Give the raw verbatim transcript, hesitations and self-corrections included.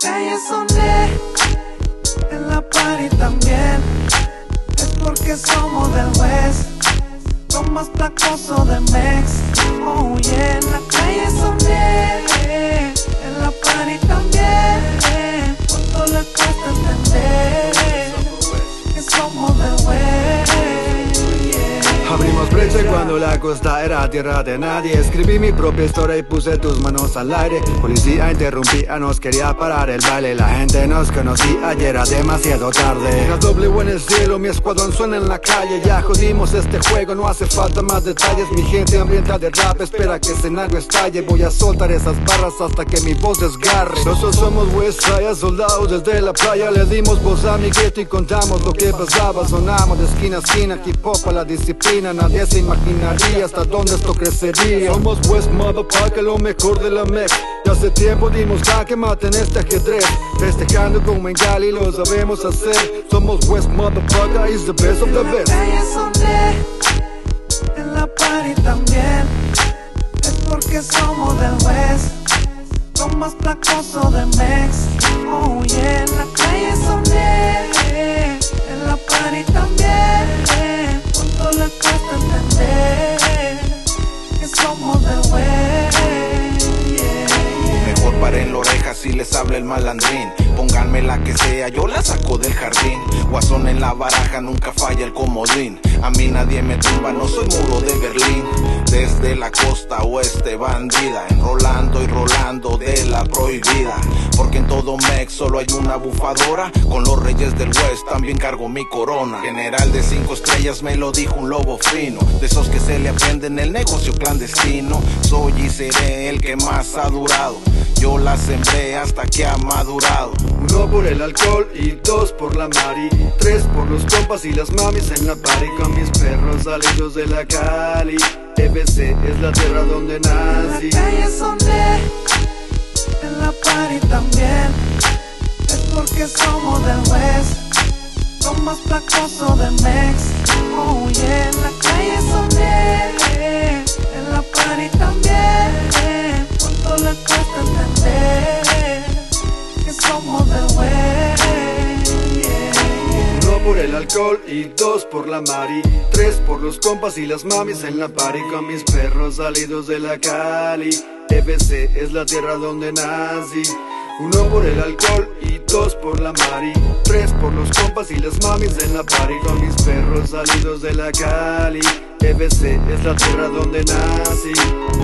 calle soné, en la party también. Es porque somos del West, lo más placoso de Mex. Oh yeah, en la calle soné, en la party también. Cuánto le cuesta entender que somos del West. Abrimos brecha cuando la costa era tierra de nadie. Escribí mi propia historia y puse tus manos al aire. Policía interrumpía, nos quería parar el baile. La gente nos conocía y era demasiado tarde. La doble en el cielo, mi escuadrón suena en la calle. Ya jodimos este juego, no hace falta más detalles. Mi gente hambrienta de rap espera que el escenario estalle. Voy a soltar esas barras hasta que mi voz desgarre. Nosotros somos Westside, soldados desde la playa. Le dimos voz a mi gueto y contamos lo que pasaba. Sonamos de esquina a esquina, hip hop a la disciplina. Nadie se imaginaría hasta dónde esto crecería. Somos West Motherfucker, lo mejor de la Mex. Ya hace tiempo dimos jaque mate en este ajedrez. Festejando con Bengali, lo sabemos hacer. Somos West Motherfucker, is the best of the best. En la calle soné, en la party también. Es porque somos del West, lo más placoso de Mex. Oh yeah, en la calle soné, en la party también. Cuánto le cuesta entender que somos del West. Yeah, yeah. Mejor paren la oreja si les habla el malandrín. Pónganme la que sea, yo la saco del jardín. Guasón en la baraja, nunca falla el comodín. A mí nadie me tumba, no soy muro de Berlín. Desde la costa oeste bandida, enrolando y rolando de la prohibida. Porque en todo Mex solo hay una bufadora. Con los reyes del West también cargo mi corona. General de cinco estrellas me lo dijo un lobo fino. De esos que se le aprenden el negocio clandestino. Soy y seré el que más ha durado. Yo la sembré hasta que ha madurado. Uno por el alcohol y dos por la mari. Tres por los compas y las mamis en la party. Con mis perros salidos de la Cali. E B C es la tierra donde nací. En la calle soné, en la party también. Es porque somos del West, lo más placoso de Mex. Oh yeah, en la calle soné, en la party también. Cuánto le cuesta entender que somos del West. Yeah, yeah. Uno por el alcohol y dos por la mari. Tres por los compas y las mamis en la party. Con mis perros salidos de la Cali. E B C es la tierra donde nací. Uno por el alcohol y dos por la mari. Tres por los compas y las mamis en la party. Con mis perros salidos de la Cali. E B C es la tierra donde nací.